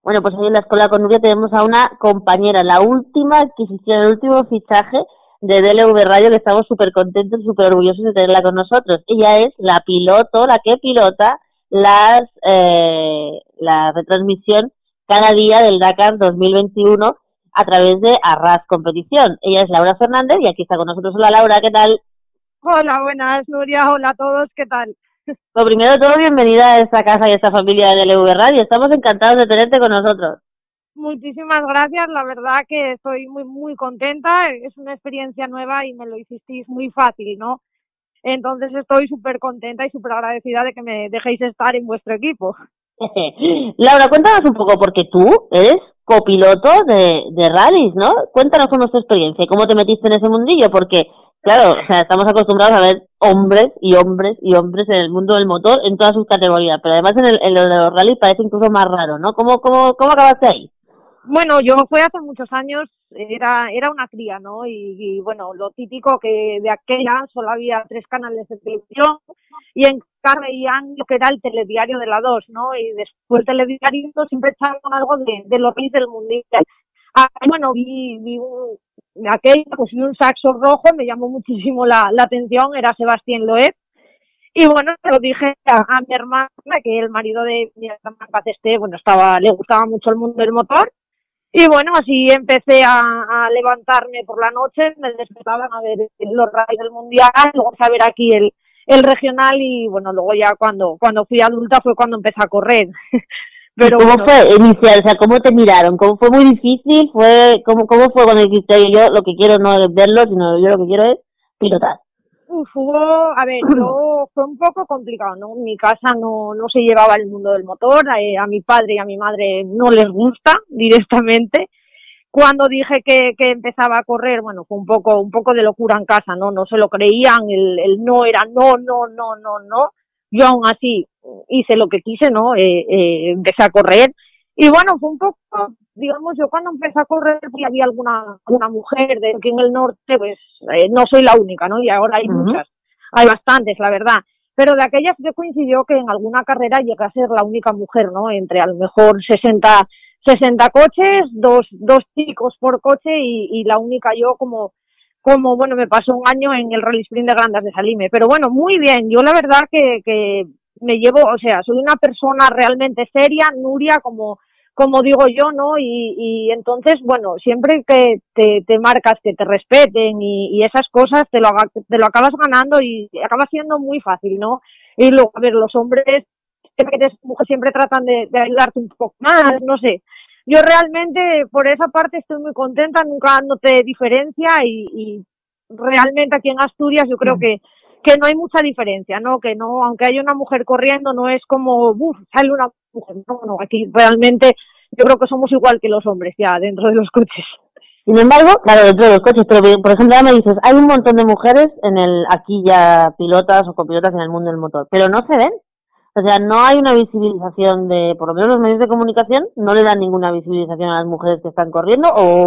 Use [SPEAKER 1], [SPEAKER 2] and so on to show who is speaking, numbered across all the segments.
[SPEAKER 1] Bueno, pues hoy en la Escuela con Nuria tenemos a una compañera, la última adquisición, el último fichaje de DLV Radio, que estamos súper contentos y súper orgullosos de tenerla con nosotros. Ella es la piloto, la que pilota la retransmisión cada día del Dakar 2021 a través de Arras Competición. Ella es Laura Fernández y aquí está con nosotros. Hola Laura, ¿qué tal?
[SPEAKER 2] Hola, buenas, Nuria. Hola a todos, ¿qué tal?
[SPEAKER 1] Lo primero de todo, bienvenida a esta casa y a esta familia de DLV Radio. Estamos encantados de tenerte con nosotros.
[SPEAKER 2] Muchísimas gracias, la verdad que estoy muy contenta, es una experiencia nueva y me lo hicisteis muy fácil, ¿no? Entonces estoy súper contenta y súper agradecida de que me dejéis estar en vuestro equipo.
[SPEAKER 1] Laura, cuéntanos un poco, porque tú eres copiloto de rallies, ¿no? Cuéntanos cómo es tu experiencia y cómo te metiste en ese mundillo, porque, claro, o sea, estamos acostumbrados a ver hombres y hombres y hombres en el mundo del motor en todas sus categorías, pero además en lo de los rallies parece incluso más raro, ¿no? ¿Cómo acabaste ahí?
[SPEAKER 2] Bueno, yo fue hace muchos años, era una cría, ¿no? Y bueno, lo típico que de aquella solo había 3 canales de televisión y en casa veían lo que era el telediario de la 2, ¿no? Y después el telediario siempre echaban algo de los reyes del mundial. Bueno, vi un saxo rojo, me llamó muchísimo la atención, era Sebastián Loeb. Y bueno, se lo dije a mi hermana, que el marido de mi hermana bueno, le gustaba mucho el mundo del motor. Y bueno, así empecé a levantarme por la noche, me despertaban a ver los rallies del mundial, luego a ver aquí el regional y bueno, luego ya cuando fui adulta fue cuando empecé a correr.
[SPEAKER 1] Pero ¿cómo fue iniciar? O sea, ¿cómo te miraron? ¿Cómo fue muy difícil? ¿Cómo fue cuando dijiste yo lo que quiero no es verlo, sino yo lo que quiero es pilotar?
[SPEAKER 2] Fue un poco complicado, ¿no? En mi casa no se llevaba el mundo del motor, a mi padre y a mi madre no les gusta directamente. Cuando dije que empezaba a correr, bueno, fue un poco de locura en casa, ¿no? No se lo creían, el no era no. Yo aún así hice lo que quise, ¿no? Empecé a correr. Y bueno, fue un poco, digamos, yo cuando empecé a correr, pues había alguna mujer de aquí en el norte, pues no soy la única, ¿no? Y ahora hay muchas, hay bastantes, la verdad. Pero de aquellas yo coincidió que en alguna carrera llegué a ser la única mujer, ¿no? Entre a lo mejor 60 coches, dos chicos por coche y la única yo como bueno, me pasó un año en el Rally Sprint de Grandas de Salime. Pero bueno, muy bien, yo la verdad que me llevo, o sea, soy una persona realmente seria, Nuria, como digo yo, ¿no? Y entonces, bueno, siempre que te marcas que te respeten y esas cosas, te lo acabas ganando y acaba siendo muy fácil, ¿no? Y luego, a ver, los hombres que eres mujer siempre tratan de ayudarte un poco más, no sé. Yo realmente por esa parte estoy muy contenta, nunca noté diferencia y realmente aquí en Asturias yo creo que no hay mucha diferencia, ¿no? Que no, aunque haya una mujer corriendo, no es como, sale una mujer, no, aquí realmente yo creo que somos igual que los hombres ya dentro de los coches.
[SPEAKER 1] Sin embargo, claro, dentro de los coches, pero por ejemplo ya me dices, hay un montón de mujeres aquí ya pilotas o copilotas en el mundo del motor, pero no se ven. O sea, no hay una visibilización por lo menos los medios de comunicación no le dan ninguna visibilización a las mujeres que están corriendo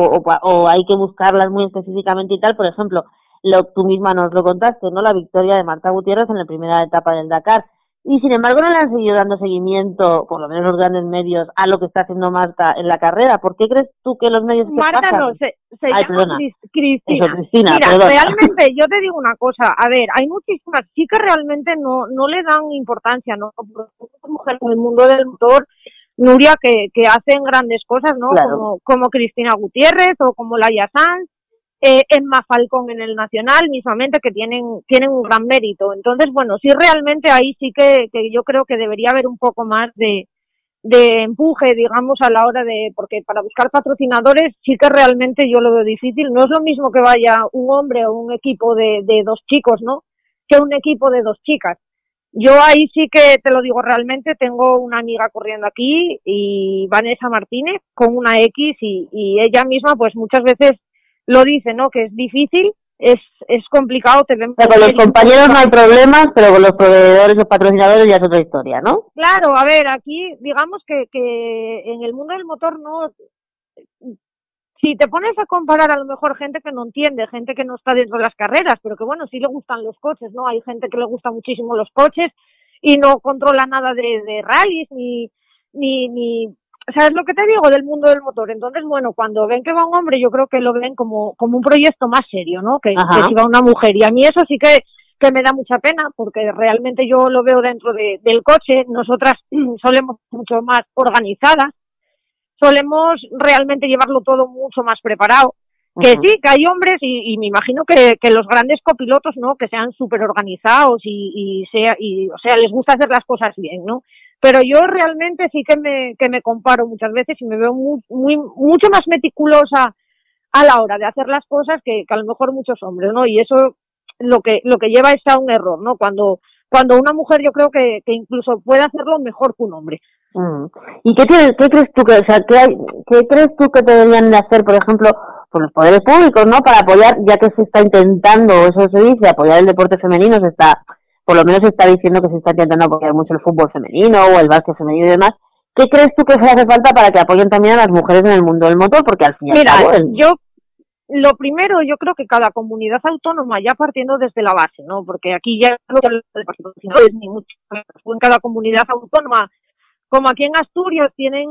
[SPEAKER 1] o hay que buscarlas muy específicamente y tal. Por ejemplo, tú misma nos lo contaste, ¿no? La victoria de Marta Gutiérrez en la primera etapa del Dakar. Y sin embargo no le han seguido dando seguimiento, por lo menos los grandes medios, a lo que está haciendo Marta en la carrera. ¿Por qué crees tú que los medios
[SPEAKER 2] Marta pasan? No, se llama Cristina.
[SPEAKER 1] Eso, Cristina.
[SPEAKER 2] Mira,
[SPEAKER 1] perdona.
[SPEAKER 2] Realmente yo te digo una cosa, a ver, hay muchísimas chicas realmente no le dan importancia, ¿no? Mujeres en el mundo del motor, Nuria, que hacen grandes cosas, ¿no? Claro. Como Cristina Gutiérrez o como Laia Sanz, Emma Falcón en el Nacional, mismamente, que tienen un gran mérito. Entonces, bueno, sí, realmente ahí sí que yo creo que debería haber un poco más de empuje, digamos, a la hora porque para buscar patrocinadores sí que realmente yo lo veo difícil. No es lo mismo que vaya un hombre o un equipo de 2 chicos, ¿no? Que un equipo de 2 chicas. Yo ahí sí que te lo digo realmente, tengo una amiga corriendo aquí, y Vanessa Martínez, con una X, y ella misma pues muchas veces lo dice, ¿no? Que es difícil, es complicado.
[SPEAKER 1] Con los compañeros no hay problemas, pero con los proveedores o patrocinadores ya es otra historia, ¿no?
[SPEAKER 2] Claro, a ver, aquí digamos que en el mundo del motor no... Si te pones a comparar, a lo mejor gente que no entiende, gente que no está dentro de las carreras, pero que bueno, sí le gustan los coches, ¿no? Hay gente que le gusta muchísimo los coches y no controla nada de rallies ni ¿sabes lo que te digo del mundo del motor? Entonces, bueno, cuando ven que va un hombre, yo creo que lo ven como un proyecto más serio, ¿no? Que si va una mujer. Y a mí eso sí que me da mucha pena, porque realmente yo lo veo dentro del coche. Nosotras solemos ser mucho más organizadas, solemos realmente llevarlo todo mucho más preparado. Que sí, que hay hombres y me imagino que los grandes copilotos, ¿no? Que sean súper organizados o sea, les gusta hacer las cosas bien, ¿no? Pero yo realmente sí que me comparo muchas veces y me veo mucho más meticulosa a la hora de hacer las cosas que a lo mejor muchos hombres, ¿no? Y eso lo que lleva es a un error, ¿no? Cuando una mujer yo creo que incluso puede hacerlo mejor que un hombre.
[SPEAKER 1] ¿Y qué crees tú qué crees tú que deberían de hacer, por ejemplo, por los poderes públicos, ¿no? Para apoyar, ya que se está intentando, eso se dice, apoyar el deporte femenino, por lo menos se está diciendo que se está intentando apoyar mucho el fútbol femenino o el básquet femenino y demás. ¿Qué crees tú que hace falta para que apoyen también a las mujeres en el mundo del motor? Porque al fin y al cabo...
[SPEAKER 2] Lo primero, yo creo que cada comunidad autónoma, ya partiendo desde la base, ¿no? Porque aquí ya no es ni mucho, en cada comunidad autónoma, como aquí en Asturias tienen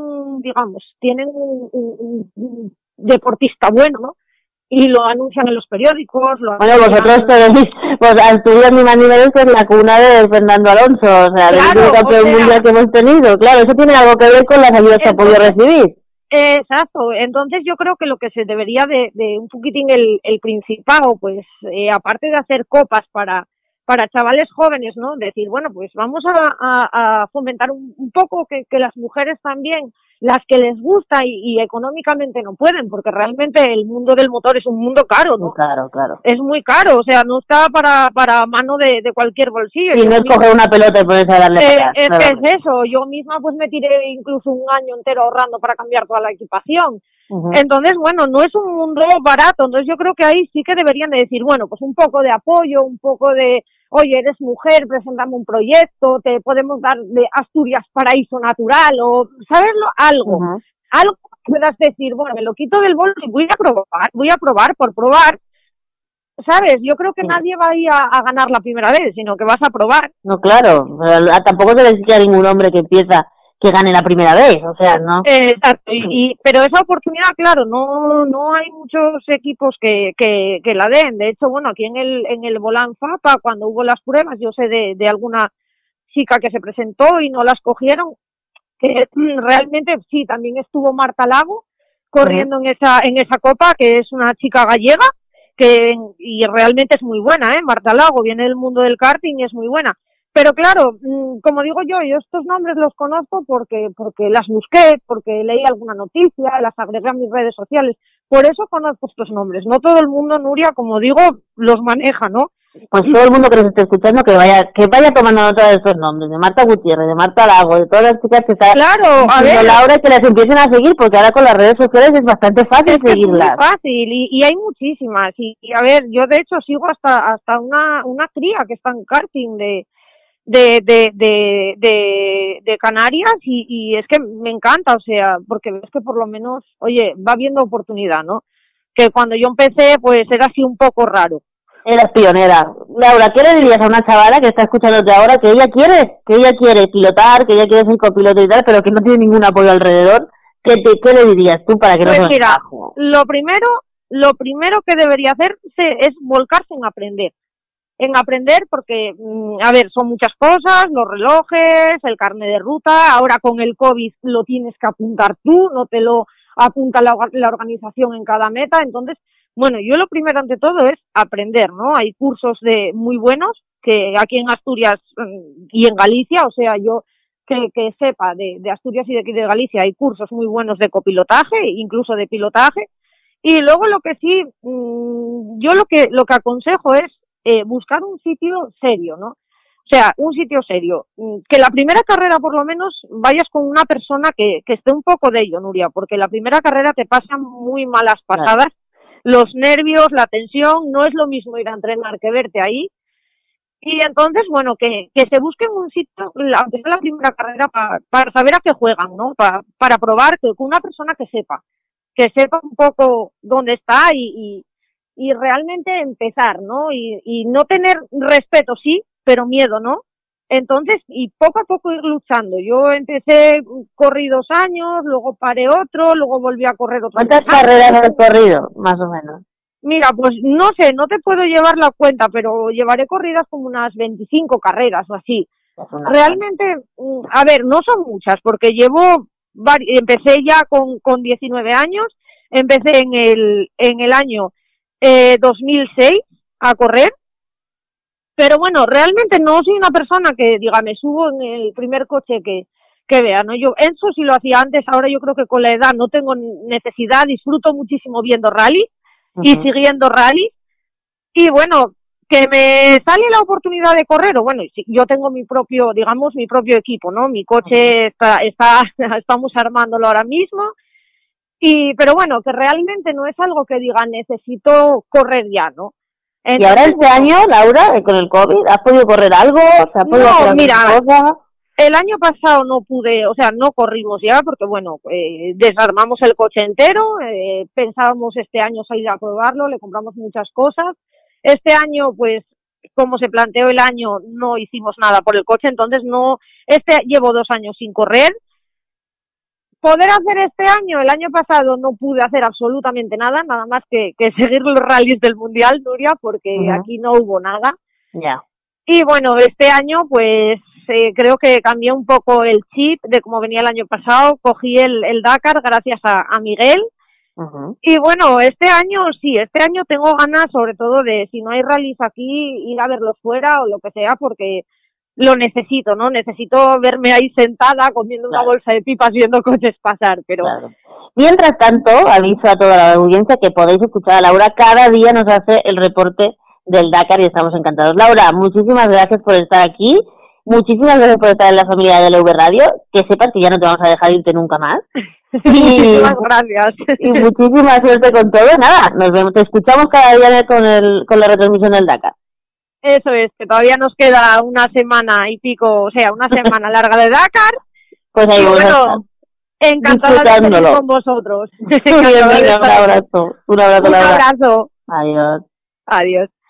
[SPEAKER 2] un deportista bueno, ¿no? Y lo anuncian en los periódicos.
[SPEAKER 1] Bueno, vosotros tenéis, pues Asturias ni más ni menos que es la cuna de Fernando Alonso, o sea, del campeón mundial que hemos tenido. Claro, eso tiene algo que ver con las ayudas que ha podido recibir.
[SPEAKER 2] Exacto, entonces yo creo que lo que se debería de un poquitín el Principado, pues aparte de hacer copas para chavales jóvenes, ¿no? Decir, bueno, pues vamos a fomentar un poco que las mujeres también, las que les gusta y económicamente no pueden, porque realmente el mundo del motor es un mundo caro, ¿no?
[SPEAKER 1] Claro.
[SPEAKER 2] Es muy caro, o sea, no está para mano de cualquier bolsillo.
[SPEAKER 1] Y no es coger una pelota y ponerse a darle
[SPEAKER 2] es eso, yo misma pues me tiré incluso un año entero ahorrando para cambiar toda la equipación. Entonces, bueno, no es un mundo barato, entonces yo creo que ahí sí que deberían de decir, bueno, pues un poco de apoyo, un poco de, oye, eres mujer, preséntame un proyecto, te podemos dar de Asturias paraíso natural, o, ¿sabeslo? Algo que puedas decir, bueno, me lo quito del bolso y voy a probar por probar, ¿sabes? Yo creo que nadie va a ir a ganar la primera vez, sino que vas a probar.
[SPEAKER 1] No, claro, tampoco se le exige a ningún hombre que gane la primera vez, o sea, ¿no?
[SPEAKER 2] Exacto, pero esa oportunidad, claro, no hay muchos equipos que la den. De hecho, bueno, aquí en el Volán Fapa, cuando hubo las pruebas, yo sé de alguna chica que se presentó y no las cogieron, que realmente sí, también estuvo Marta Lago corriendo en esa copa, que es una chica gallega, y realmente es muy buena, Marta Lago, viene del mundo del karting y es muy buena. Pero claro, como digo yo estos nombres los conozco porque las busqué, porque leí alguna noticia, las agregué a mis redes sociales. Por eso conozco estos nombres. No todo el mundo, Nuria, como digo, los maneja, ¿no?
[SPEAKER 1] Pues todo el mundo que nos esté escuchando que vaya tomando nota de estos nombres, de Marta Gutiérrez, de Marta Lago, de todas las chicas que están Laura, que las empiecen a seguir, porque ahora con las redes sociales es bastante fácil seguirlas.
[SPEAKER 2] Es muy fácil y hay muchísimas. Y a ver, yo de hecho sigo hasta una cría que está en karting de Canarias y es que me encanta, o sea, porque ves que por lo menos, oye, va viendo oportunidad, ¿no? Que cuando yo empecé, pues era así un poco raro.
[SPEAKER 1] Eras pionera. Laura, ¿qué le dirías a una chavala que está escuchándote ahora que ella quiere pilotar, que ella quiere ser copiloto y tal, pero que no tiene ningún apoyo alrededor? ¿Qué le dirías tú para que no se
[SPEAKER 2] Pues mira, lo primero que debería hacerse es volcarse en aprender porque, a ver, son muchas cosas, los relojes, el carnet de ruta, ahora con el COVID lo tienes que apuntar tú, no te lo apunta la organización en cada meta, entonces, bueno, yo lo primero ante todo es aprender, ¿no? Hay cursos muy buenos que aquí en Asturias y en Galicia, o sea, yo que sepa de Asturias y de aquí de Galicia hay cursos muy buenos de copilotaje, incluso de pilotaje, y luego lo que sí, yo lo que aconsejo es buscar un sitio serio, ¿no? O sea, un sitio serio. Que la primera carrera, por lo menos, vayas con una persona que esté un poco de ello, Nuria, porque la primera carrera te pasan muy malas pasadas. Claro. Los nervios, la tensión, no es lo mismo ir a entrenar que verte ahí. Y entonces, bueno, que se busquen un sitio, aunque sea la primera carrera, para saber a qué juegan, ¿no? Para probar con una persona que sepa un poco dónde está y realmente empezar, ¿no? Y no tener respeto, sí, pero miedo, ¿no? Entonces, y poco a poco ir luchando. Yo empecé, corrí 2 años, luego paré otro, luego volví a correr otro.
[SPEAKER 1] ¿Cuántas carreras has corrido, más o menos?
[SPEAKER 2] Mira, pues no sé, no te puedo llevar la cuenta, pero llevaré corridas como unas 25 carreras o así. Realmente, a ver, no son muchas, porque empecé ya con 19 años, empecé en el año 2006 a correr, pero bueno, realmente no soy una persona que diga, me subo en el primer coche que vea, ¿no? Yo eso sí lo hacía antes, ahora yo creo que con la edad no tengo necesidad, disfruto muchísimo viendo rally y siguiendo rally, y bueno, que me sale la oportunidad de correr, o bueno, yo tengo mi propio equipo, ¿no? Mi coche estamos armándolo ahora mismo, pero bueno, que realmente no es algo que diga, necesito correr ya, ¿no?
[SPEAKER 1] Entonces, ¿y ahora este año, Laura, con el COVID, has podido correr algo? ¿Se ha podido hacer alguna cosa?
[SPEAKER 2] El año pasado no pude, o sea, no corrimos ya porque, bueno, desarmamos el coche entero, pensábamos este año salir a probarlo, le compramos muchas cosas. Este año, pues, como se planteó el año, no hicimos nada por el coche, entonces llevo 2 años sin correr. Poder hacer este año, el año pasado no pude hacer absolutamente nada más que seguir los rallies del Mundial, Nuria, porque aquí no hubo nada.
[SPEAKER 1] Ya.
[SPEAKER 2] Y bueno, este año, pues, creo que cambié un poco el chip de cómo venía el año pasado, cogí el Dakar gracias a Miguel, y bueno, este año tengo ganas sobre todo de, si no hay rallies aquí, ir a verlos fuera o lo que sea, porque lo necesito, ¿no? Necesito verme ahí sentada comiendo una bolsa de pipas viendo coches pasar, pero...
[SPEAKER 1] Claro. Mientras tanto, aviso a toda la audiencia que podéis escuchar a Laura, cada día nos hace el reporte del Dakar y estamos encantados. Laura, muchísimas gracias por estar aquí, muchísimas gracias por estar en la familia de LV Radio, que sepas que ya no te vamos a dejar irte nunca más.
[SPEAKER 2] Muchísimas gracias.
[SPEAKER 1] Y muchísima suerte con todo. Nada, nos vemos, te escuchamos cada día con la retransmisión del Dakar.
[SPEAKER 2] Eso es, que todavía nos queda una semana y pico, o sea, una semana larga de Dakar.
[SPEAKER 1] Pues ahí vamos
[SPEAKER 2] bueno, encantada de estar con vosotros.
[SPEAKER 1] Un abrazo. Un abrazo.
[SPEAKER 2] Un abrazo.
[SPEAKER 1] Adiós.
[SPEAKER 2] Adiós.